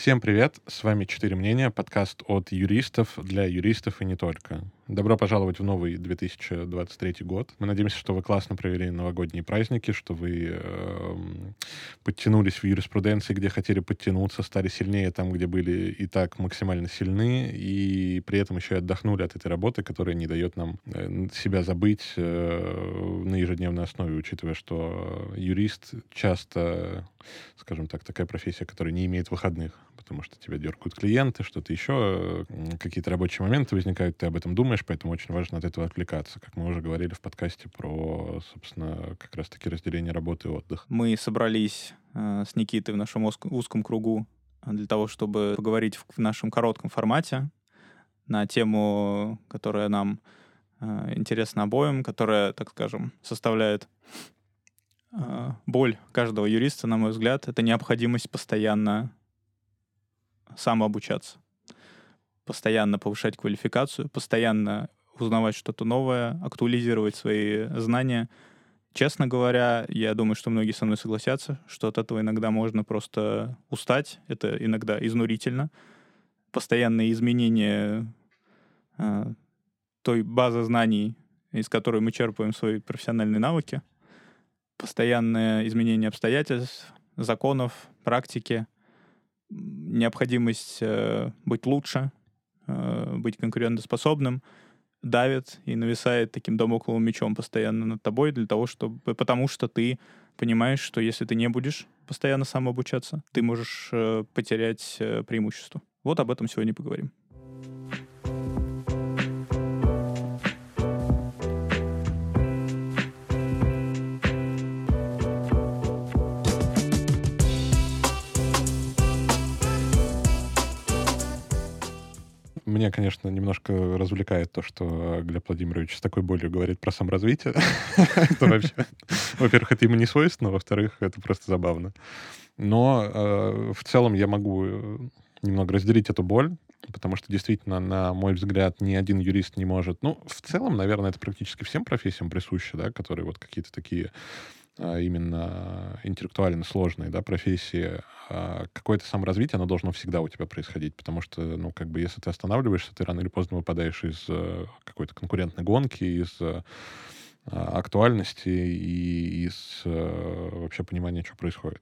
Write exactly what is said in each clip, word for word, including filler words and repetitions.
Всем привет! С вами «Четыре мнения», подкаст от юристов для юристов и не только. Добро пожаловать в новый две тысячи двадцать третий год. Мы надеемся, что вы классно провели новогодние праздники, что вы э, подтянулись в юриспруденции, где хотели подтянуться, стали сильнее там, где были и так максимально сильны, и при этом еще и отдохнули от этой работы, которая не дает нам э, себя забыть э, на ежедневной основе, учитывая, что юрист часто, скажем так, такая профессия, которая не имеет выходных, потому что тебя дергают клиенты, что-то еще, какие-то рабочие моменты возникают, ты об этом думаешь, поэтому очень важно от этого отвлекаться, как мы уже говорили в подкасте про, собственно, как раз-таки разделение работы и отдых. Мы собрались э, с Никитой в нашем узком, узком кругу для того, чтобы поговорить в, в нашем коротком формате на тему, которая нам э, интересна обоим, которая, так скажем, составляет э, боль каждого юриста, на мой взгляд. Это необходимость постоянно самообучаться, постоянно повышать квалификацию, постоянно узнавать что-то новое, актуализировать свои знания. Честно говоря, я думаю, что многие со мной согласятся, что от этого иногда можно просто устать, это иногда изнурительно. Постоянные изменения э, той базы знаний, из которой мы черпаем свои профессиональные навыки, постоянное изменение обстоятельств, законов, практики, необходимость э, быть лучше, э, быть конкурентоспособным, давит и нависает таким дамокловым мечом постоянно над тобой, для того, чтобы, потому что ты понимаешь, что если ты не будешь постоянно самообучаться, ты можешь э, потерять э, преимущество. Вот об этом сегодня поговорим. Меня, конечно, немножко развлекает то, что Глеб Владимирович с такой болью говорит про саморазвитие. Это вообще, во-первых, это ему не свойственно, во-вторых, это просто забавно. Но э, в целом я могу немного разделить эту боль, потому что действительно, на мой взгляд, ни один юрист не может... Ну, в целом, наверное, это практически всем профессиям присуще, да, которые вот какие-то такие а, именно интеллектуально сложные, да, профессии. А какое-то саморазвитие, оно должно всегда у тебя происходить, потому что, ну, как бы, если ты останавливаешься, ты рано или поздно выпадаешь из э, какой-то конкурентной гонки, из э, актуальности и из э, вообще понимания, что происходит.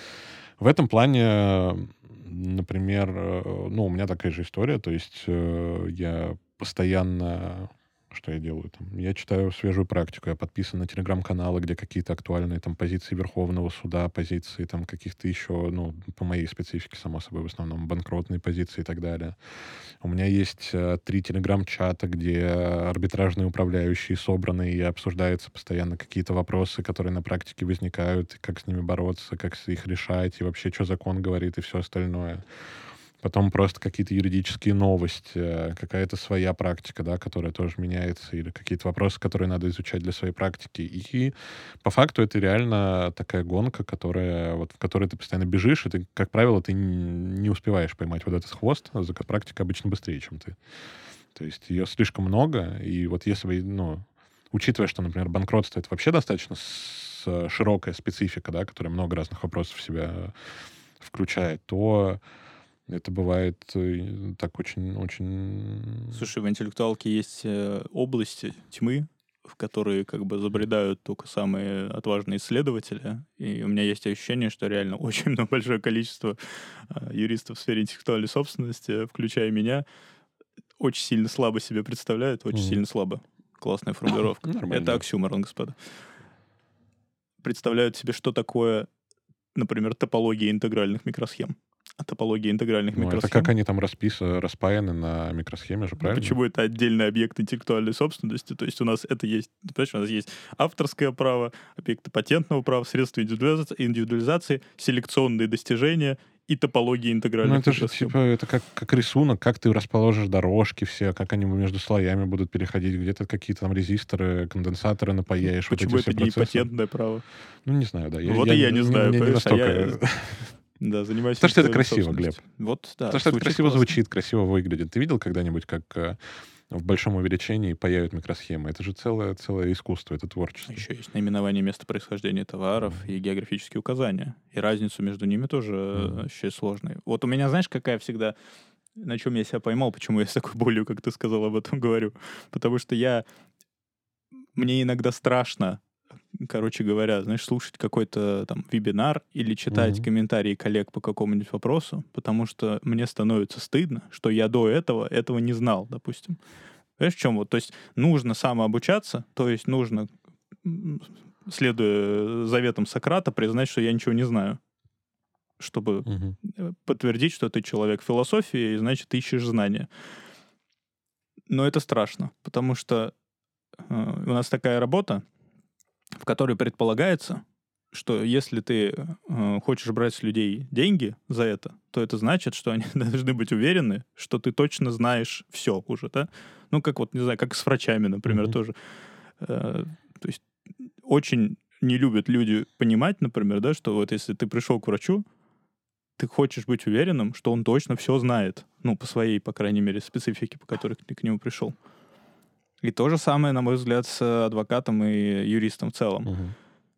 В этом плане, например, э, ну, у меня такая же история, то есть э, я постоянно... Что я делаю там? Я читаю свежую практику, я подписан на телеграм-каналы, где какие-то актуальные там позиции Верховного суда, позиции там каких-то еще, ну, по моей специфике, само собой, в основном банкротные позиции и так далее. У меня есть э, три телеграм-чата, где арбитражные управляющие собраны и обсуждаются постоянно какие-то вопросы, которые на практике возникают, и как с ними бороться, как их решать, и вообще, что закон говорит, и все остальное. Потом просто какие-то юридические новости, какая-то своя практика, да, которая тоже меняется, или какие-то вопросы, которые надо изучать для своей практики. И по факту это реально такая гонка, которая, вот, в которой ты постоянно бежишь, и ты, как правило, ты не успеваешь поймать вот этот хвост, а практика обычно быстрее, чем ты. То есть ее слишком много, и вот если вы, ну, учитывая, что, например, банкротство — это вообще достаточно широкая специфика, да, которая много разных вопросов в себя включает, то это бывает э, так очень, очень... Слушай, в интеллектуалке есть э, области тьмы, в которые как бы забредают только самые отважные исследователи. И у меня есть ощущение, что реально очень много, большое количество э, юристов в сфере интеллектуальной собственности, включая меня, очень сильно слабо себе представляют, очень Мгм. сильно слабо. Классная формулировка. Нормально. Это оксюморон, господа. Представляют себе, что такое, например, топология интегральных микросхем. А топология интегральных Ну, это микросхем... как они там распис... распаяны на микросхеме же, Ну, правильно? почему это отдельный объект интеллектуальной собственности? То есть у нас это есть, понимаешь, у нас есть авторское право, объекты патентного права, средства индивидуализации, индивидуализации, селекционные достижения и топологии интегральных Ну, это же микросхем. типа, это как, как рисунок, как ты расположишь дорожки все, как они между слоями будут переходить, где-то какие-то там резисторы, конденсаторы напаяешь. Почему вот эти это все не процессы. патентное право? Ну, не знаю, да. Ну, вот и я не знаю, Мне не понимаешь, а я- настолько... Да, занимаюсь Потому что это интеллектуальной красиво, собственностью. Вот, да. Потому что это звучит красиво классно. звучит, красиво выглядит. Ты видел когда-нибудь, как э, в большом увеличении паяют микросхемы. Это же целое, целое искусство, это творчество. Еще есть наименование места происхождения товаров Мгм. и географические указания. И разницу между ними тоже Мгм. э, ощущать сложной. Вот у меня, знаешь, какая всегда... На чем я себя поймал, почему я с такой болью, как ты сказал, об этом говорю. Потому что я... Мне иногда страшно, короче говоря, знаешь, слушать какой-то там вебинар или читать Мгм. комментарии коллег по какому-нибудь вопросу, потому что мне становится стыдно, что я до этого этого не знал, допустим. Понимаешь, в чем вот? То есть нужно самообучаться, то есть нужно, м, следуя заветам Сократа, признать, что я ничего не знаю, чтобы Мгм. э, подтвердить, что ты человек философии, и значит, ты ищешь знания. Но это страшно, потому что э, у нас такая работа, в которой предполагается, что если ты э, хочешь брать с людей деньги за это, то это значит, что они должны быть уверены, что ты точно знаешь все уже, да? Ну, как вот, не знаю, как с врачами, например, Мгм. тоже. Э, то есть очень не любят люди понимать, например, да, что вот если ты пришел к врачу, ты хочешь быть уверенным, что он точно все знает. Ну, по своей, по крайней мере, специфике, по которой ты к нему пришел. И то же самое, на мой взгляд, с адвокатом и юристом в целом. Мгм.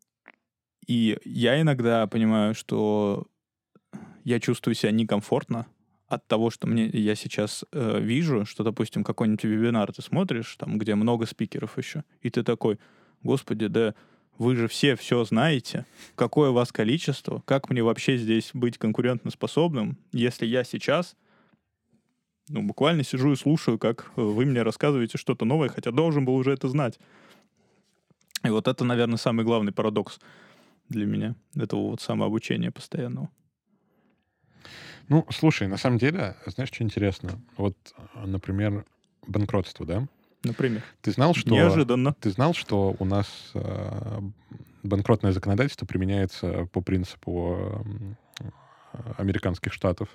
И я иногда понимаю, что я чувствую себя некомфортно от того, что мне я сейчас э, вижу, что, допустим, какой-нибудь вебинар ты смотришь, там, где много спикеров еще, и ты такой, господи, да вы же все все знаете, какое у вас количество, как мне вообще здесь быть конкурентоспособным, если я сейчас, ну, буквально сижу и слушаю, как э, вы мне рассказываете что-то новое, хотя должен был уже это знать. И вот это, наверное, самый главный парадокс для меня, этого вот самообучения постоянного. Ну, слушай, на самом деле, знаешь, что интересно? Вот, э, например, банкротство, да? Например. Ты знал, что Неожиданно. ты знал, что у нас э, банкротное законодательство применяется по принципу м, э, американских штатов?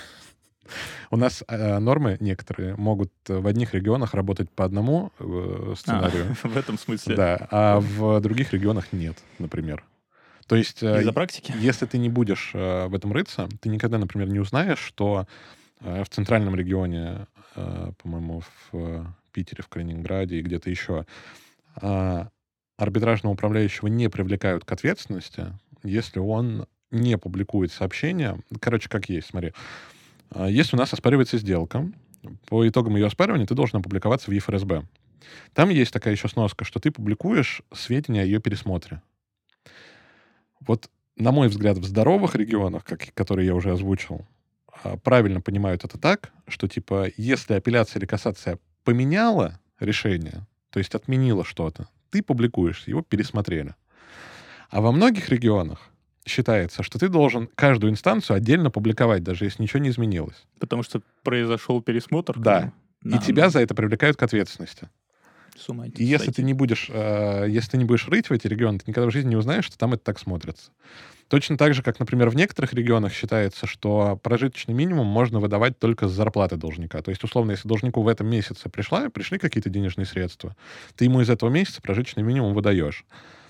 У нас э, нормы некоторые могут э, в одних регионах работать по одному э, А, сценарию, в этом смысле. да, а в других регионах нет, например. То есть, э, Из-за практики? если ты не будешь э, в этом рыться, ты никогда, например, не узнаешь, что э, в центральном регионе, э, по-моему, в э, Питере, в Калининграде и где-то еще, а, арбитражного управляющего не привлекают к ответственности, если он не публикует сообщения. Короче, как есть, смотри. А, Если у нас оспаривается сделка, по итогам ее оспаривания ты должен опубликоваться в Е Ф Р С Б. Там есть такая еще сноска, что ты публикуешь сведения о ее пересмотре. Вот, на мой взгляд, в здоровых регионах, как, которые я уже озвучил, а, правильно понимают это так, что, типа, если апелляция или кассация поменяла решение, то есть отменила что-то, ты публикуешь, его пересмотрели. А во многих регионах считается, что ты должен каждую инстанцию отдельно публиковать, даже если ничего не изменилось. Потому что произошел пересмотр? как Да. бы? И Да, тебя ну, за это привлекают к ответственности. с ума И если ты сойти. не будешь, э, если ты не будешь рыть в эти регионы, ты никогда в жизни не узнаешь, что там это так смотрится. Точно так же, как, например, в некоторых регионах считается, что прожиточный минимум можно выдавать только с зарплаты должника. То есть, условно, если должнику в этом месяце пришла, пришли какие-то денежные средства, ты ему из этого месяца прожиточный минимум выдаешь.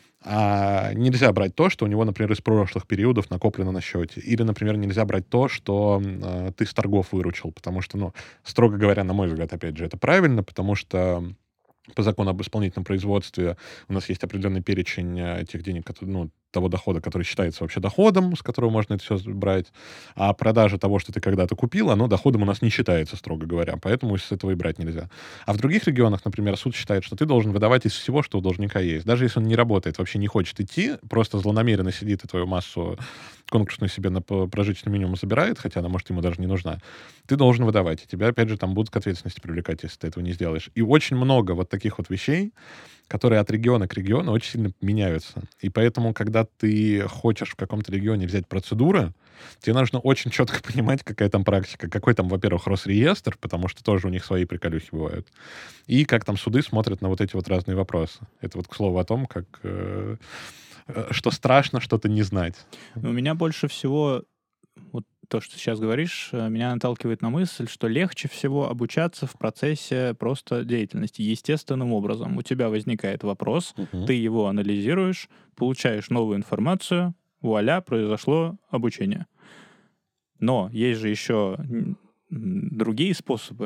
А нельзя брать то, что у него, например, из прошлых периодов накоплено на счете. Или, например, нельзя брать то, что э, ты с торгов выручил. Потому что, ну, строго говоря, на мой взгляд, опять же, это правильно, потому что по закону об исполнительном производстве у нас есть определенный перечень э, тех денег, которые, ну, того дохода, который считается вообще доходом, с которого можно это все брать. А продажа того, что ты когда-то купил, оно доходом у нас не считается, строго говоря. Поэтому с этого и брать нельзя. А в других регионах, например, суд считает, что ты должен выдавать из всего, что у должника есть. Даже если он не работает, вообще не хочет идти, просто злонамеренно сидит и твою массу конкурсную себе на п- прожиточный минимум забирает, хотя она, может, ему даже не нужна, ты должен выдавать. И тебя, опять же, там будут к ответственности привлекать, если ты этого не сделаешь. И очень много вот таких вот вещей, которые от региона к региону очень сильно меняются. И поэтому, когда ты хочешь в каком-то регионе взять процедуры, тебе нужно очень четко понимать, какая там практика, какой там, во-первых, Росреестр, потому что тоже у них свои приколюхи бывают, и как там суды смотрят на вот эти вот разные вопросы. Это вот, к слову, о том, как э, э, что страшно что-то не знать. У меня больше всего вот то, что ты сейчас говоришь, э, меня наталкивает на мысль, что легче всего обучаться в процессе просто деятельности, естественным образом. У тебя возникает вопрос, Мгм. ты его анализируешь, получаешь новую информацию, вуаля, произошло обучение. Но есть же еще м, другие способы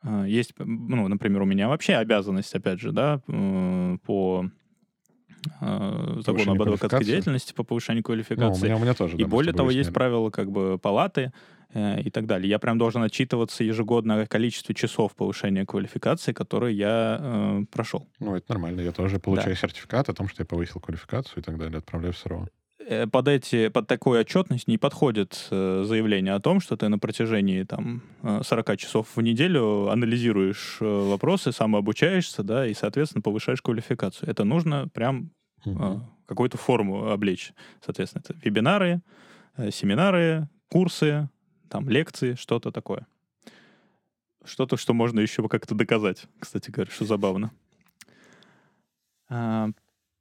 Э, Есть, ну, например, у меня вообще обязанность, опять же, да, э, по э, закону Повышение об адвокатской квалификации. деятельности по повышению Ну, у квалификации. меня, у меня тоже, И да, мы с более тобой того, есть выясняли. правила как бы палаты э, и так далее. Я прям должен отчитываться ежегодно о количестве часов повышения квалификации, которые я э, прошел. Ну, это нормально. Я тоже Да. получаю сертификат о том, что я повысил квалификацию и так далее, отправляю в СРО. Э, Под, эти, под такую отчетность не подходит э, заявление о том, что ты на протяжении там, э, сорок часов в неделю анализируешь э, вопросы, самообучаешься, да, и, соответственно, повышаешь квалификацию. Это нужно прям э, Мгм. какую-то форму облечь. Соответственно, это вебинары, э, семинары, курсы, там, лекции, что-то такое. Что-то, что можно еще как-то доказать, кстати говоря, что забавно. А,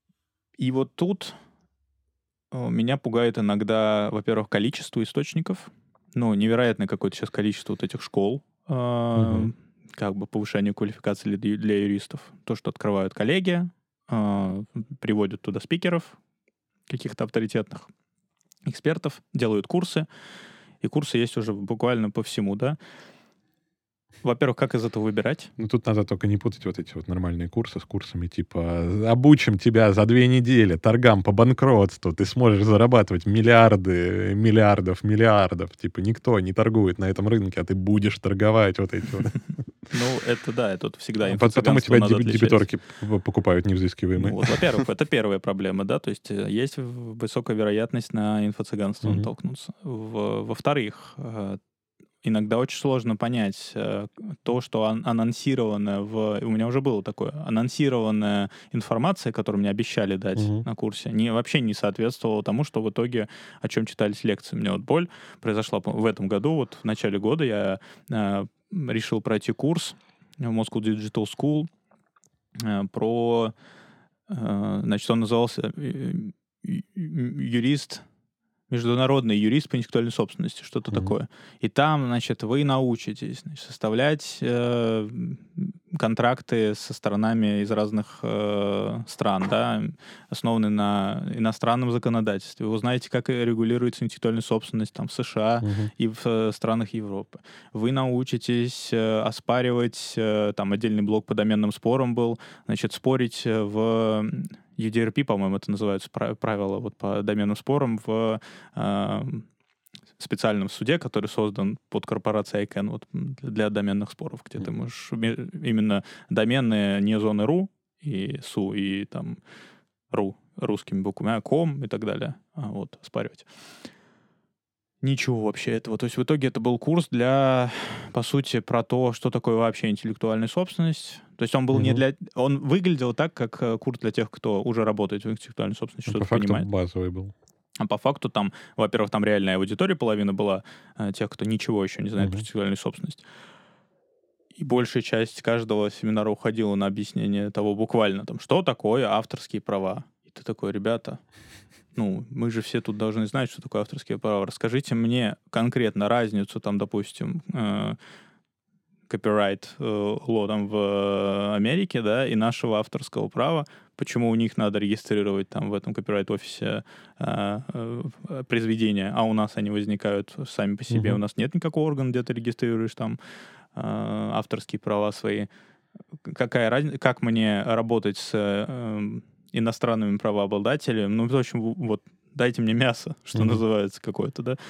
И вот тут э, меня пугает иногда, во-первых, количество источников. Ну, невероятное какое-то сейчас количество вот этих школ, а, Мгм. как бы повышения квалификации для, для юристов. То, что открывают коллеги, а, приводят туда спикеров, каких-то авторитетных экспертов, делают курсы. И курсы есть уже буквально по всему, да. Во-первых, как из этого выбирать? Ну, тут надо только не путать вот эти вот нормальные курсы с курсами типа «Обучим тебя за две недели торгам по банкротству, ты сможешь зарабатывать миллиарды, миллиардов, миллиардов». Типа никто не торгует на этом рынке, а ты будешь торговать вот эти вот. Ну, это да, это всегда А пот- Потом у инфо-цыганство тебя надо деб- отличать. дебиторки п- покупают Ну, невзыскиваемые. вот, во-первых, это первая проблема, да, то есть э, есть в- высокая вероятность на инфо-цыганство Мгм. натолкнуться. В- Во-вторых, э, иногда очень сложно понять э, то, что ан- анонсировано в... У меня уже было такое. Анонсированная информация, которую мне обещали дать Мгм. на курсе, не, вообще не соответствовала тому, что в итоге, о чем читались лекции. У меня вот боль произошла по- в этом году, вот в начале года я э, решил пройти курс в Moscow Digital School э, про... э, Значит, он назывался э, ю- ю- юрист... Международный юрист по интеллектуальной собственности, что-то Мгм. такое. И там, значит, вы научитесь значит, составлять э, контракты со сторонами из разных э, стран, да, основанные на иностранном законодательстве. Вы узнаете, как регулируется интеллектуальная собственность там, в США Мгм. и в э, странах Европы. Вы научитесь э, оспаривать, э, там отдельный блок по доменным спорам был, значит, спорить э, в ю ди ар пи, по-моему, это называются пра- правила вот по доменным спорам в э, специальном суде, который создан под корпорацией айкэн вот, м, для доменных споров, где ты Мгм. можешь ме- именно доменные не зоны ру и су, и там ру русскими буквами, а ком и так далее, а, вот, оспаривать. Ничего вообще этого. То есть в итоге это был курс для, по сути, про то, что такое вообще интеллектуальная собственность. То есть он был не Мгм. для... Он выглядел так, как э, курс для тех, кто уже работает в интеллектуальной собственности, Ну, по что-то факту понимает. базовый был. А по факту там, во-первых, там реальная аудитория, половина была э, тех, кто ничего еще не знает про Мгм. интеллектуальную собственность. И большая часть каждого семинара уходила на объяснение того буквально, там, что такое авторские права. И ты такой, ребята, ну, мы же все тут должны знать, что такое авторские права. Расскажите мне конкретно разницу, там, допустим, э, копирайт э, law там в э, Америке, да, и нашего авторского права, почему у них надо регистрировать там в этом копирайт-офисе э, э, произведения, а у нас они возникают сами по себе. У Мгм. нас нет никакого органа, где ты регистрируешь там э, авторские права свои. Какая разница, как мне работать с э, иностранными правообладателями? Ну, в общем, в- вот дайте мне мясо, что Мгм. называется, какое-то, да.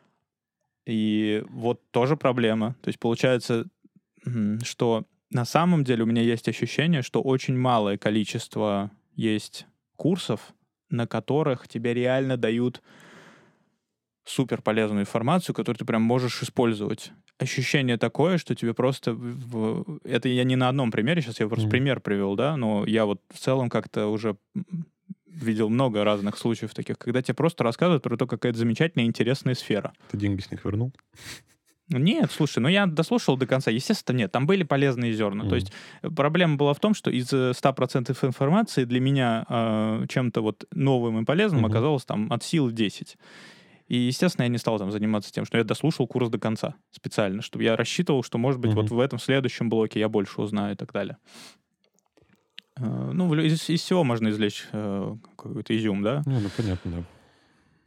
И вот тоже проблема. То есть получается, Мгм. что на самом деле у меня есть ощущение, что очень малое количество есть курсов, на которых тебе реально дают супер полезную информацию, которую ты прям можешь использовать. Ощущение такое, что тебе просто... в- в- Это я не на одном примере, сейчас я просто Мгм. пример привел, да, но я вот в целом как-то уже м, видел много разных случаев таких, когда тебе просто рассказывают про то, какая-то замечательная, интересная сфера. Ты деньги с них вернул? Нет, слушай, ну я дослушал до конца. Естественно, нет, там были полезные зерна. То Мгм. есть э, проблема была в том, что из э, ста процентов информации для меня э, чем-то вот новым и полезным Мгм. оказалось там от силы десять. И, естественно, я не стал там заниматься тем, что я дослушал курс до конца специально, чтобы я рассчитывал, что, может быть, вот Мгм. в этом следующем блоке я больше узнаю и так далее. Э, Ну, в лю- из, из всего можно извлечь э, какой-то изюм, да? Не, ну понятно, да.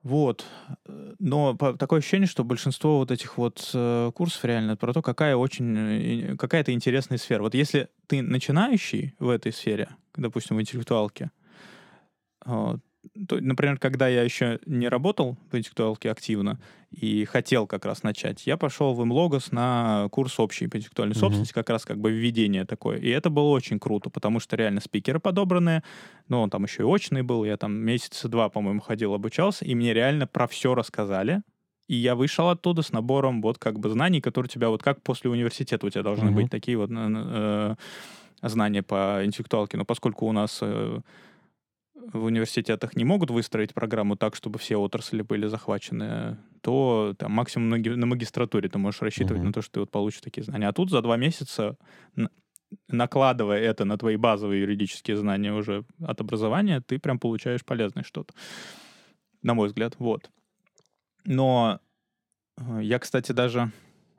Вот. Э, Но по- такое ощущение, что большинство вот этих вот э, курсов реально про то, какая очень, э, какая-то интересная сфера. Вот если ты начинающий в этой сфере, допустим, в интеллектуалке, а, то, например, когда я еще не работал в интеллектуалке активно и хотел как раз начать, я пошел в Imlogos на курс общей по интеллектуальной Мгм. собственности, как раз как бы введение такое. И это было очень круто, потому что реально спикеры подобранные, но он там еще и очный был, я там месяца два, по-моему, ходил, обучался, и мне реально про все рассказали. И я вышел оттуда с набором вот как бы знаний, которые у тебя вот как после университета у тебя должны Мгм. быть такие вот э, э, знания по интеллектуалке. Но поскольку у нас э, в университетах не могут выстроить программу так, чтобы все отрасли были захвачены, то там максимум на, ги- на магистратуре ты можешь рассчитывать Мгм. на то, что ты вот получишь такие знания. А тут за два месяца, н- накладывая это на твои базовые юридические знания уже от образования, ты прям получаешь полезное что-то, на мой взгляд. Вот. Но э, я, кстати, даже...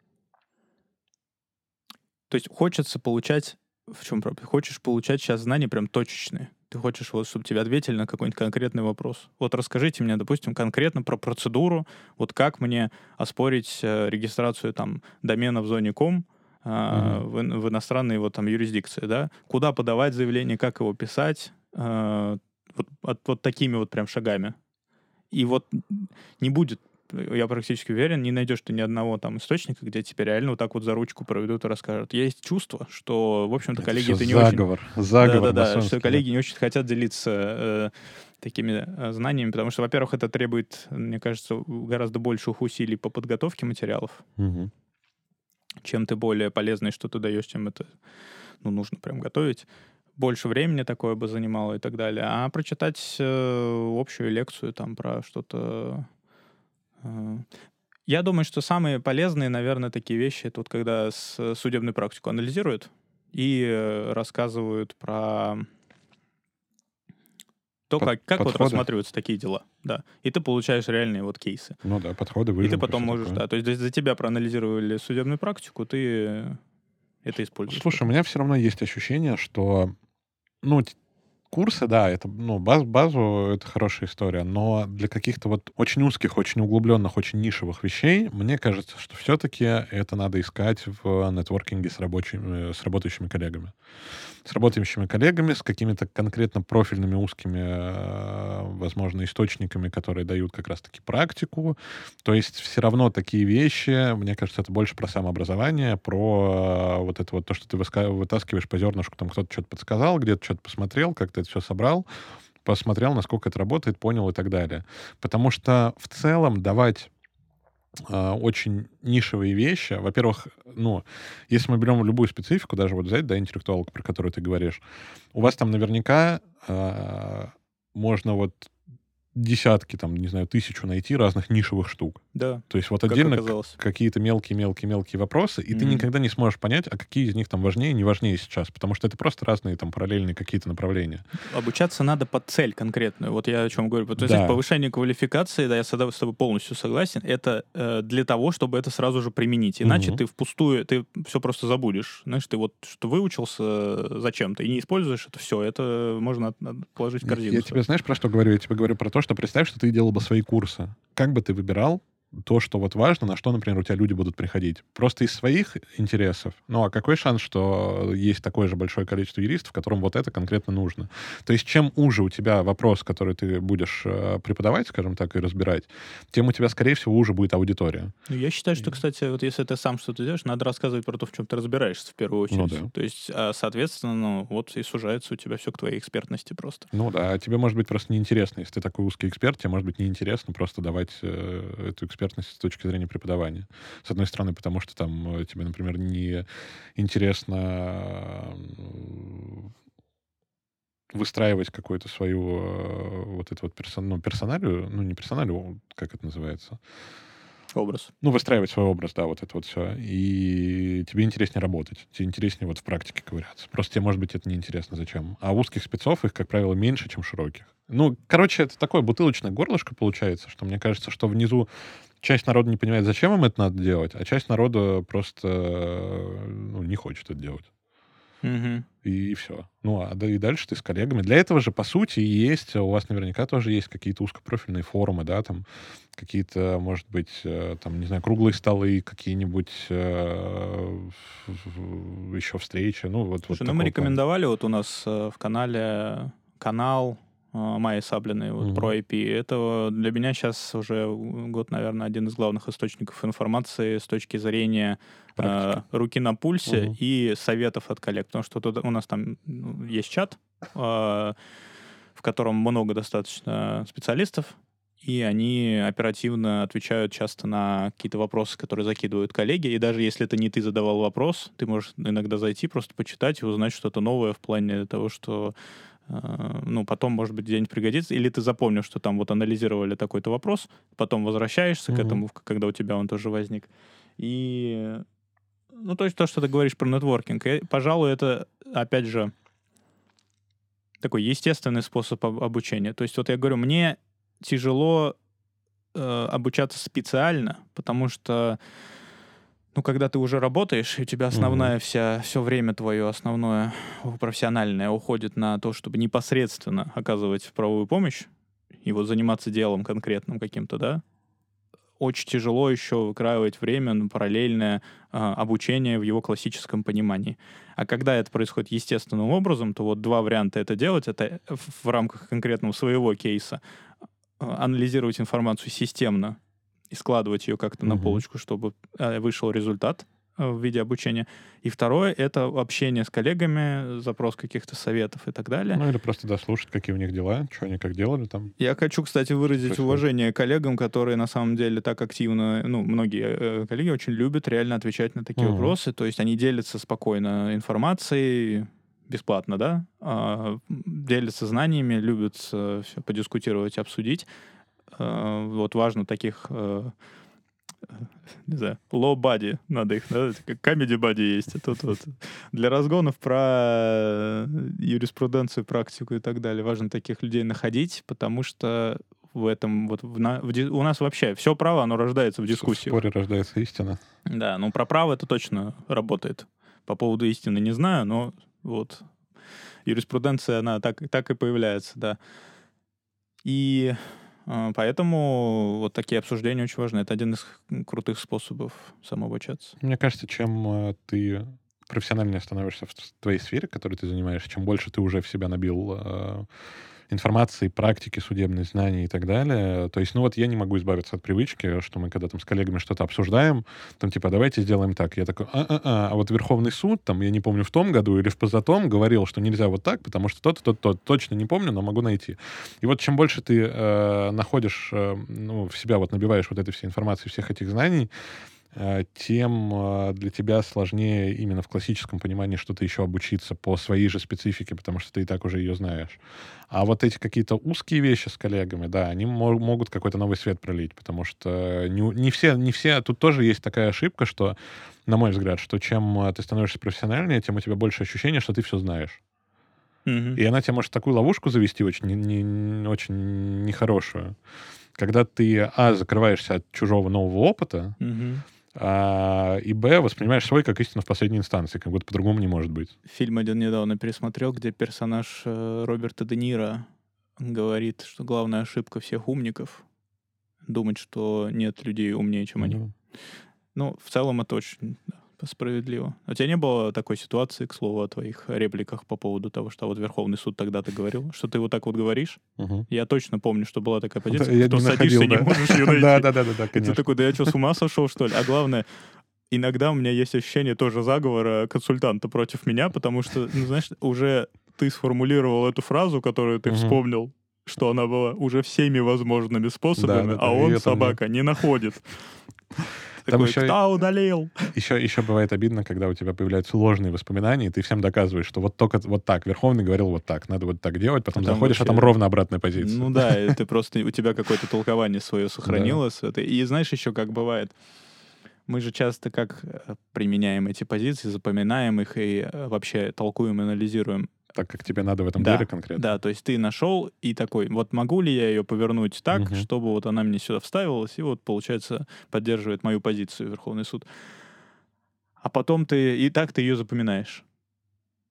То есть хочется получать... В чем проблема? Хочешь получать сейчас знания прям точечные. Ты хочешь, вот, чтобы тебе ответили на какой-нибудь конкретный вопрос. Вот расскажите мне, допустим, конкретно про процедуру, вот как мне оспорить э, регистрацию там домена в зоне ком а, Мгм. в, ин- в иностранной вот там юрисдикции, да? Куда подавать заявление, как его писать, а, вот, от- вот такими вот прям шагами. И вот не будет, я практически уверен, не найдешь ты ни одного там источника, где тебя реально вот так вот за ручку проведут и расскажут. Есть чувство, что, в общем-то, Это все коллеги-то не очень... заговор. Заговор Да-да-да, что масонский, да. коллеги не очень хотят делиться э, такими э, знаниями, потому что, во-первых, это требует, мне кажется, гораздо больших усилий по подготовке материалов. Мгм. Чем ты более полезный, что ты даешь, тем это, ну, нужно прям готовить. Больше времени такое бы занимало и так далее. А прочитать э, общую лекцию там про что-то... э, Я думаю, что самые полезные, наверное, такие вещи, это вот когда с- судебную практику анализируют и э, рассказывают про то, Под- как, как вот подходы. рассматриваются такие дела, да. И ты получаешь реальные вот кейсы. Ну да, подходы, И ты выжимка, потом все можешь, такое. да, то есть за за тебя проанализировали судебную практику, ты это используешь Слушай, у потом. меня все равно есть ощущение, что, ну, т- курсы, да, это, ну, баз, базу, это хорошая история, но для каких-то вот очень узких, очень углубленных, очень нишевых вещей, мне кажется, что все-таки это надо искать в нетворкинге с рабочими, с работающими коллегами. С работающими коллегами, с какими-то конкретно профильными узкими, э, возможно, источниками, которые дают как раз-таки практику. То есть все равно такие вещи, мне кажется, это больше про самообразование, про э, вот это вот то, что ты выска- вытаскиваешь по зернышку, там кто-то что-то подсказал, где-то что-то посмотрел, как ты это все собрал, посмотрел, насколько это работает, понял и так далее. Потому что в целом давать а, очень нишевые вещи. Во-первых, ну, если мы берем любую специфику, даже вот взять, да, интеллектуалку, про которую ты говоришь, у вас там наверняка а, можно вот десятки, там, не знаю, тысячу найти разных нишевых штук. Да, То есть вот как отдельно к- оказалось. какие-то мелкие-мелкие-мелкие вопросы, и ты Мгм. никогда не сможешь понять, а какие из них там важнее и не важнее сейчас, потому что это просто разные там параллельные какие-то направления. Обучаться надо под цель конкретную. Вот я о чем говорю. Вот здесь Да. повышение квалификации, да, я с тобой с тобой полностью согласен, это э, для того, чтобы это сразу же применить. Иначе Мгм. ты впустую, ты все просто забудешь. Знаешь, ты вот что выучился э, зачем-то и не используешь это все, это можно от- от- положить в Я корзину я тебе, сразу. знаешь, про что говорю? Я тебе говорю про то, что представь, что ты делал бы свои курсы. Как бы ты выбирал то, что вот важно, на что, например, у тебя люди будут приходить? Просто из своих интересов? Ну, а какой шанс, что есть такое же большое количество юристов, которым вот это конкретно нужно? То есть чем уже у тебя вопрос, который ты будешь э, преподавать, скажем так, и разбирать, тем у тебя, скорее всего, уже будет аудитория. Ну, я считаю, что, И- кстати, вот если ты сам что-то делаешь, надо рассказывать про то, в чем ты разбираешься в первую Ну очередь. да. То есть, а, соответственно, ну, вот и сужается у тебя все к твоей экспертности просто. Ну да, а тебе может быть просто неинтересно, если ты такой узкий эксперт, тебе может быть неинтересно просто давать э, эту экспертность с точки зрения преподавания. С одной стороны, потому что там э, тебе, например, не интересно м, выстраивать какую-то свою э, вот эту вот персон, ну, персоналию, ну не персоналию, как это называется, Образ. ну, выстраивать свой образ, да, вот это вот все. И тебе интереснее работать. Тебе интереснее вот в практике ковыряться. Просто тебе, может быть, это неинтересно. Зачем? А узких спецов, их, как правило, меньше, чем широких. Ну, короче, это такое бутылочное горлышко получается, что мне кажется, что внизу часть народа не понимает, зачем им это надо делать, а часть народа просто э, ну, не хочет это делать. Мгм. И все. Ну, а да и дальше ты с коллегами. Для этого же, по сути, и есть, у вас наверняка тоже есть какие-то узкопрофильные форумы, да, там какие-то, может быть, э, там, не знаю, круглые столы, какие-нибудь э, еще встречи, ну, вот, вот Слушай, ну мы такого плана. рекомендовали вот у нас э, в канале канал э, Майи Саблиной вот, про Мгм. ай пи. Это для меня сейчас уже год, наверное, один из главных источников информации с точки зрения Практики. э, руки на пульсе Мгм. и советов от коллег. Потому что тут у нас там ну, есть чат, э, в котором много достаточно специалистов, и они оперативно отвечают часто на какие-то вопросы, которые закидывают коллеги. И даже если это не ты задавал вопрос, ты можешь иногда зайти, просто почитать и узнать что-то новое в плане того, что э, ну, потом, может быть, где-нибудь пригодится. Или ты запомнил, что там вот анализировали такой-то вопрос, потом возвращаешься к Мгм. этому, к- когда у тебя он тоже возник. И, ну, то есть то, что ты говоришь про нетворкинг, и, пожалуй, это, опять же, такой естественный способ об- обучения. То есть вот я говорю, мне тяжело э, обучаться специально, потому что, ну, когда ты уже работаешь, и у тебя Мгм. основная вся, все время твое основное э, профессиональное уходит на то, чтобы непосредственно оказывать правовую помощь и вот заниматься делом конкретным каким-то, да, очень тяжело еще выкраивать время на параллельное а, обучение в его классическом понимании. А когда это происходит естественным образом, то вот два варианта это делать. Это в, в рамках конкретного своего кейса а, анализировать информацию системно и складывать ее как-то на Мгм. полочку, чтобы э, вышел результат э, в виде обучения. И второе — это общение с коллегами, запрос каких-то советов и так далее. Ну, или просто дослушать, какие у них дела, что они как делали там, Я хочу, кстати, что выразить происходит. уважение коллегам, которые на самом деле так активно, ну, многие э, коллеги очень любят реально отвечать на такие Мгм. вопросы, то есть они делятся спокойно информацией, бесплатно, да, а, м, делятся знаниями, любят все подискутировать, обсудить. А, Вот важно таких, э, не знаю, low body надо их, да, это как comedy body есть, а тут вот для разгонов про юриспруденцию, практику и так далее важно таких людей находить, потому что в этом вот в на- в ди- у нас вообще все право, оно рождается в В, в дискуссиях. споре рождается истина. Да, ну про право это точно работает. По поводу истины не знаю, но вот юриспруденция, она так, так и появляется, да. И а, поэтому вот такие обсуждения очень важны. Это один из х- крутых способов самообучаться. Мне кажется, чем э, ты профессиональнее становишься в с- твоей сфере, которой ты занимаешься, чем больше ты уже в себя набил э, информации, практики, судебных знаний и так далее. То есть, ну вот я не могу избавиться от привычки, что мы когда там с коллегами что-то обсуждаем, там типа, давайте сделаем так. Я такой, а-а-а, а вот Верховный суд, там, я не помню, в том году или в позатом говорил, что нельзя вот так, потому что тот-то, тот-то, точно не помню, но могу найти. И вот чем больше ты э, находишь, э, ну, в себя, вот набиваешь вот этой всей информации, всех этих знаний, э, тем э, для тебя сложнее именно в классическом понимании что-то еще обучиться по своей же специфике, потому что ты и так уже ее знаешь. А вот эти какие-то узкие вещи с коллегами, да, они мо- могут какой-то новый свет пролить, потому что не, у- не все, не все, тут тоже есть такая ошибка, что, на мой взгляд, что чем э, ты становишься профессиональнее, тем у тебя больше ощущения, что ты все знаешь. Мгм. И она тебя может в такую ловушку завести очень, не, не- очень нехорошую, когда ты, а, закрываешься от чужого нового опыта, Мгм. а, и, б, воспринимаешь свой как истину в последней инстанции, как будто по-другому не может быть. Фильм один недавно пересмотрел, где персонаж э, Роберта Де Ниро говорит, что главная ошибка всех умников — думать, что нет людей умнее, чем они. Ну, Ну, в целом это очень да, справедливо. У тебя не было такой ситуации, к слову, о твоих репликах по поводу того, что вот Верховный суд тогда-то говорил, что ты вот так вот говоришь? мгм. Я точно помню, что была такая Да, позиция, я потом не садишься находил, и не да. можешь ее Да, найти. да, да, да, да, И ты конечно. такой, да я что, с ума сошел, что ли? А главное, иногда у меня есть ощущение тоже заговора консультанта против меня, потому что, ну, знаешь, уже ты сформулировал эту фразу, которую ты Мгм. вспомнил, что она была уже всеми возможными Да, способами, да, а да. И он, это мне. собака, не находит. Там Такой, еще, кто удалил? еще, еще бывает обидно, когда у тебя появляются ложные воспоминания, и ты всем доказываешь, что вот только вот так. Верховный говорил вот так. Надо вот так делать. А Потом там заходишь, а там вообще... ровно обратная позиция. Ну да, и ты просто... У тебя какое-то толкование свое Да. сохранилось. Это. И знаешь еще, как бывает, мы же часто как э, применяем эти позиции, запоминаем их и э, вообще толкуем, анализируем. Так, как тебе надо в этом деле Да, конкретно. да, то есть ты нашел и такой, вот могу ли я ее повернуть так, Мгм. чтобы вот она мне сюда вставилась и вот, получается, поддерживает мою позицию Верховный суд. А потом ты, и так ты ее запоминаешь.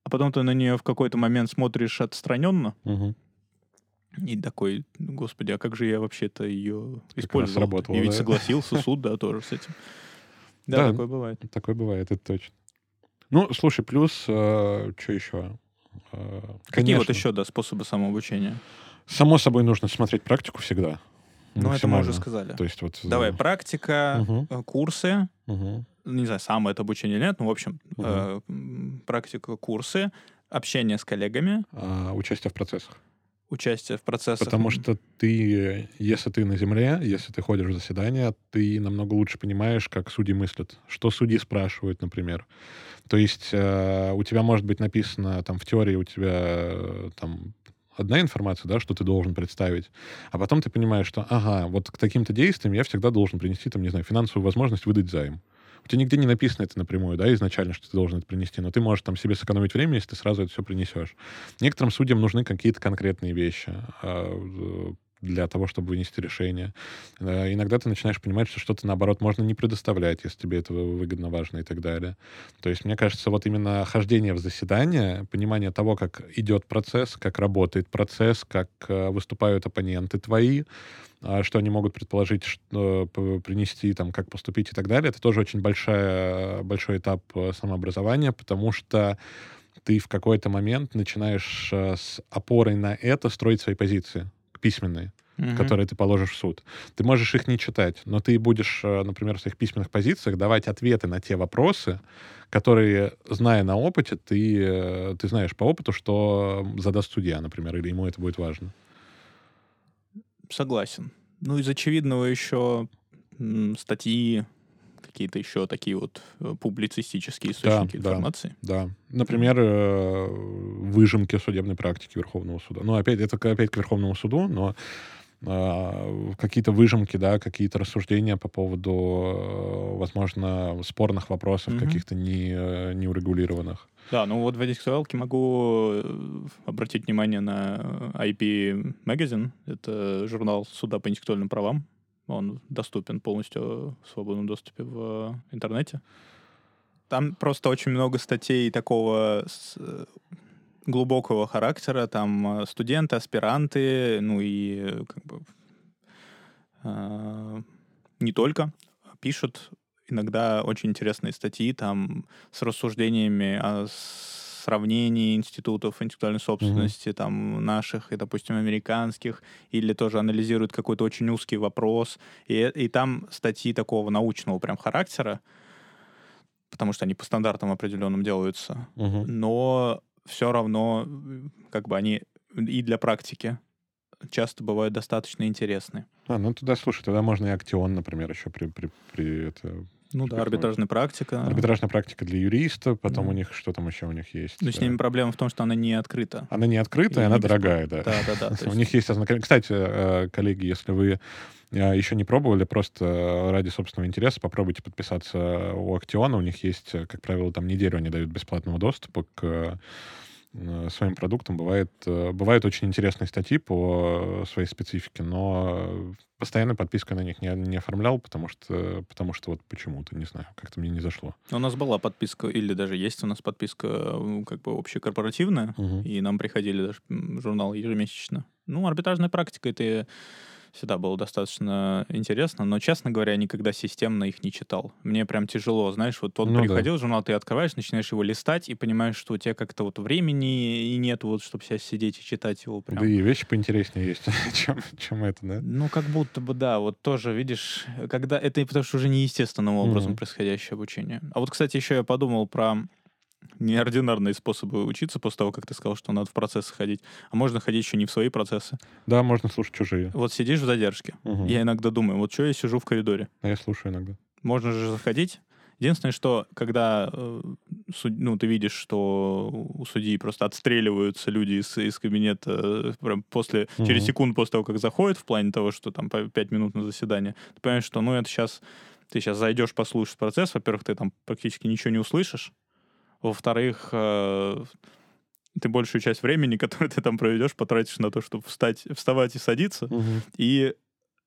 а потом ты на нее в какой-то момент смотришь отстраненно, Мгм. и такой, господи, а как же я вообще-то ее Как она использовал? сработала, И ведь да? согласился, суд, да, тоже с этим. Да, Да, такое бывает. такое бывает, это точно. Ну, слушай, плюс, что еще? Э, Какие вот Конечно, еще, да, способы самообучения? само собой нужно смотреть практику всегда, Ну, это мы уже максимально. сказали. То есть вот... Давай, э, практика, Мгм, э, курсы, мгм, не знаю, самое это обучение или нет, ну, в общем, мгм. э, м, практика, курсы, общение с коллегами, А, Участие в процессах. участие в процессах. Потому м, что ты, если ты на земле, если ты ходишь в заседания, ты намного лучше понимаешь, как судьи мыслят, что судьи спрашивают, например. То есть э, у тебя может быть написано там в теории у тебя э, там одна информация, да, что ты должен представить, а потом ты понимаешь, что, ага, вот к таким-то действиям я всегда должен принести, там, не знаю, финансовую возможность выдать займ. У тебя нигде не написано это напрямую, да, изначально, что ты должен это принести, но ты можешь там себе сэкономить время, если ты сразу это все принесешь. Некоторым судьям нужны какие-то конкретные вещи а, для того, чтобы вынести решение. Э, Иногда ты начинаешь понимать, что что-то, наоборот, можно не предоставлять, если тебе это выгодно, важно и так далее. То есть, мне кажется, вот именно хождение в заседание, понимание того, как идет процесс, как работает процесс, как э, выступают оппоненты твои, а, что они могут предположить, что, п- принести, там, как поступить и так далее, это тоже очень большая, большой этап э, самообразования, потому что ты в какой-то момент начинаешь э, с опорой на это строить свои позиции письменные, мгм. которые ты положишь в суд. Ты можешь их не читать, но ты будешь, э, например, в своих письменных позициях давать ответы на те вопросы, которые, зная на опыте, ты, э, ты знаешь по опыту, что задаст судья, например, или ему это будет важно. Согласен. Ну, из очевидного еще м, статьи, какие-то еще такие вот э, публицистические Да, источники да, информации. да. Например, э, выжимки судебной практики Верховного суда. Ну, опять, это к- опять к Верховному суду, но а, какие-то выжимки, да, какие-то рассуждения по поводу, э, возможно, спорных вопросов, Мгм. каких-то не, э, неурегулированных. Да, ну вот в этой ссылке могу э, обратить внимание на ай пи Magazine. Это журнал суда по интеллектуальным правам. Он доступен полностью в свободном доступе в интернете. Там просто очень много статей такого с, э, глубокого характера. Там э, студенты, аспиранты, ну и э, как бы э, не только пишут иногда очень интересные статьи там с рассуждениями о сравнении институтов интеллектуальной Мгм. собственности, там, наших и, допустим, американских, или тоже анализируют какой-то очень узкий вопрос. И, э- и там статьи такого научного прям характера, потому что они по стандартам определенным делаются, Мгм. но все равно м, как бы они и для практики часто бывают достаточно интересны. А, ну тогда, слушай, тогда можно и Актион, например, еще при, при, при это Ну да, припихнуть. арбитражная практика, Арбитражная практика для юриста, потом у да. них, что там еще у них есть? Но с э, ними проблема в том, что она не открыта Она не открытая, и она не бесплатна. дорогая, да. Да-да-да, то У них есть, есть ознакомление. Кстати, э, коллеги, если вы э, еще не пробовали, просто ради собственного интереса попробуйте подписаться у Актиона. У них есть, э, как правило, там неделю они дают бесплатного доступа к э, своим продуктам. Бывает, э, бывают очень интересные статьи по своей специфике, но постоянно подписку на них не, не оформлял, потому что, потому что вот почему-то, не знаю, как-то мне не зашло. у нас была подписка, или даже есть у нас подписка, м, как бы общекорпоративная, Мгм. и нам приходили даже м, журнал ежемесячно. Ну, арбитражная практика — это всегда было достаточно интересно, но, честно говоря, я никогда системно их не читал. Мне прям тяжело, знаешь, вот он Ну да. приходил, журнал ты открываешь, начинаешь его листать и понимаешь, что у тебя как-то вот времени и нет, вот, чтобы сейчас сидеть и читать его Да прям. и вещи поинтереснее есть, чем, чем это, да? Ну, как будто бы, да, вот тоже, видишь, когда это и потому что уже неестественным образом Мгм. происходящее обучение. А вот, кстати, еще я подумал про неординарные способы учиться после того, как ты сказал, что надо в процессы ходить. А можно ходить еще не в свои процессы. Да, можно слушать чужие. Вот сидишь в задержке. Мгм. Я иногда думаю, вот что я сижу в коридоре. А я слушаю иногда. Можно же заходить. Единственное, что когда э, суд- ну, ты видишь, что у судьи просто отстреливаются люди из, из кабинета э, прям после, через Мгм. секунду после того, как заходят, в плане того, что там по пять минут на заседание, ты понимаешь, что ну это сейчас, ты сейчас зайдешь послушать процесс, во-первых, ты там практически ничего не услышишь, во-вторых, э, ты большую часть времени, которое ты там проведешь, потратишь на то, чтобы встать, вставать и садиться, Мгм. и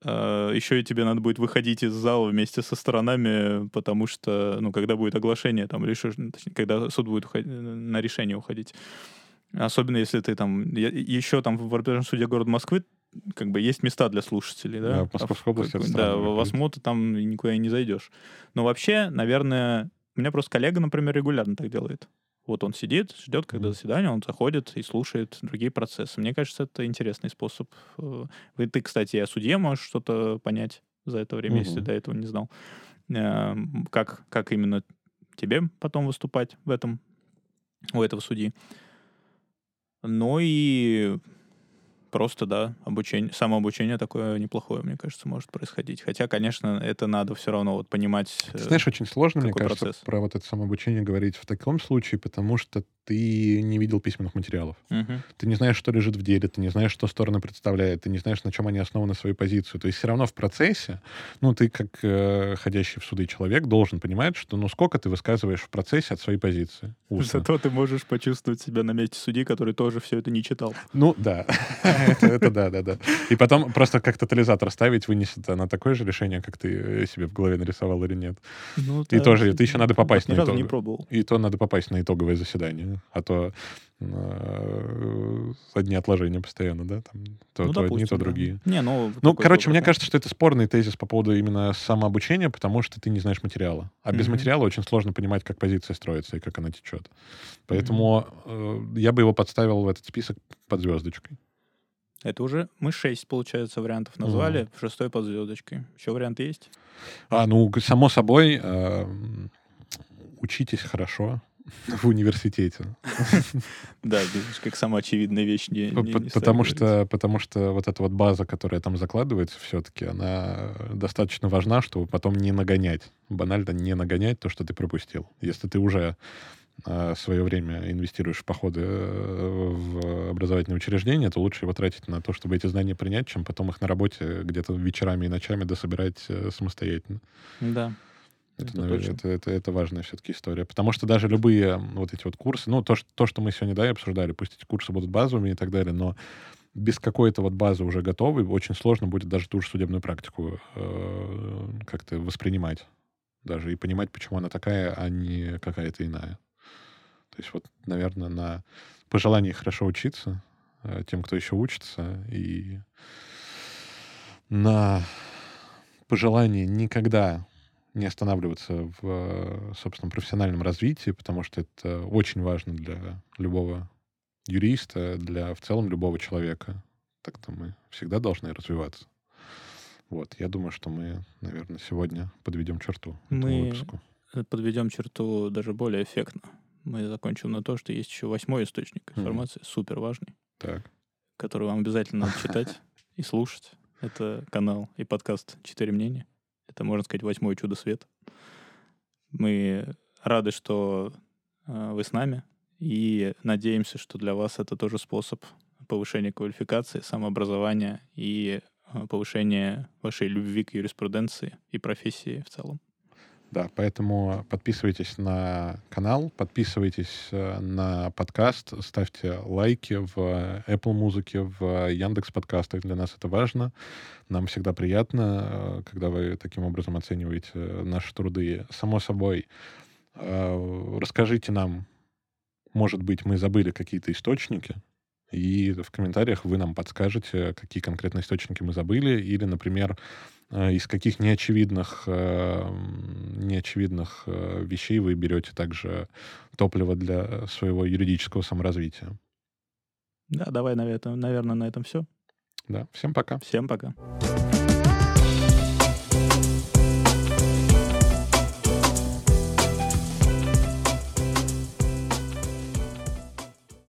э, еще и тебе надо будет выходить из зала вместе со сторонами, потому что, ну, когда будет оглашение, там, или еще, точнее, когда суд будет уходить, на решение уходить. Особенно если ты там... я- Еще там в арбитражном суде города Москвы как бы есть места для слушателей, да? Да, в Московской А в- области как это бы, Да, странно в выглядит. Осмо ты там никуда и не зайдешь. Но вообще, наверное, у меня просто коллега, например, регулярно так делает. Вот он сидит, ждет, когда Мгм. заседание, он заходит и слушает другие процессы. Мне кажется, это интересный способ. Э, Вы, ты, кстати, и о суде можешь что-то понять за это время, если Мгм. до этого не знал. Эм, Как, как именно тебе потом выступать в этом, у этого судьи. Ну и просто, да, обучение, самообучение такое неплохое, мне кажется, может происходить. Хотя, конечно, это надо все равно вот понимать, Ты э, знаешь, очень сложно, мне какой кажется, процесс. про вот это самообучение говорить в таком случае, потому что ты не видел письменных материалов. Мгм. Ты не знаешь, что лежит в деле, ты не знаешь, что стороны представляет, ты не знаешь, на чем они основаны свою позицию. То есть все равно в процессе, ну, ты как э, ходящий в суды человек должен понимать, что ну сколько ты высказываешь в процессе от своей позиции устно. Зато ты можешь почувствовать себя на месте судьи, который тоже все это не читал. Ну, да. это, это да, да, да. И потом просто как тотализатор ставить, вынесет она такое же решение, как ты э, себе в голове нарисовал или нет. Ну И да, тоже, ты еще действительно. надо попасть Вот ни на разу не итог. пробовал. И то надо попасть на итоговое заседание. А то э, одни отложения постоянно, да? Там, то, Ну, то одни, то допустим, да. другие. Не, ну, Ну, такой короче, мне выбор, кажется, что это спорный тезис по поводу именно самообучения, потому что ты не знаешь материала. А без Мгм. материала очень сложно понимать, как позиция строится и как она течет. Мгм. Поэтому э, я бы его подставил в этот список под звездочкой. Это уже мы шесть, получается, вариантов Мгм. назвали, в шестой под звездочкой. Еще варианты есть? А, ну, г- само собой, эм, учитесь хорошо в университете. Да, видишь, как самая очевидная вещь не, П- не, п- не стоит Потому говорить. что, потому что вот эта вот база, которая там закладывается все-таки, она достаточно важна, чтобы потом не нагонять, банально не нагонять то, что ты пропустил. Если ты уже свое время инвестируешь в походы э, в образовательные учреждения, то лучше его тратить на то, чтобы эти знания принять, чем потом их на работе где-то вечерами и ночами дособирать э, самостоятельно. Да, Это, это навер- точно. это, это, это важная все-таки история. Потому что даже любые вот эти вот курсы, ну, то, что, то, что мы сегодня, да, и обсуждали, пусть эти курсы будут базовыми и так далее, но без какой-то вот базы уже готовой очень сложно будет даже ту же судебную практику э, как-то воспринимать даже и понимать, почему она такая, а не какая-то иная. То есть вот, наверное, на пожелании хорошо учиться э, тем, кто еще учится, и на пожелании никогда не останавливаться в э, собственном профессиональном развитии, потому что это очень важно для любого юриста, для в целом любого человека. Так-то мы всегда должны развиваться. Вот, я думаю, что мы, наверное, сегодня подведем черту этому Мы выпуску. подведем черту даже более эффектно. Мы закончим на то, что есть еще восьмой источник Мгм. информации, супер важный, Так. который вам обязательно надо читать и слушать. Это канал и подкаст «Четыре мнения». Это, можно сказать, восьмое чудо света. Мы рады, что э, вы с нами, и надеемся, что для вас это тоже способ повышения квалификации, самообразования и э, повышения вашей любви к юриспруденции и профессии в целом. Да, поэтому подписывайтесь на канал, подписывайтесь э, на подкаст, ставьте лайки в Apple музыке, в Яндекс подкастах. Для нас это важно. Нам всегда приятно, э, когда вы таким образом оцениваете э, наши труды. Само собой, э, расскажите нам, может быть, мы забыли какие-то источники, и в комментариях вы нам подскажете, какие конкретно источники мы забыли, или, например, э, из каких неочевидных, э, м, неочевидных э, вещей вы берете также топливо для своего юридического саморазвития. Да, давай, наверное, наверное, на этом все. Да, всем пока. Всем пока.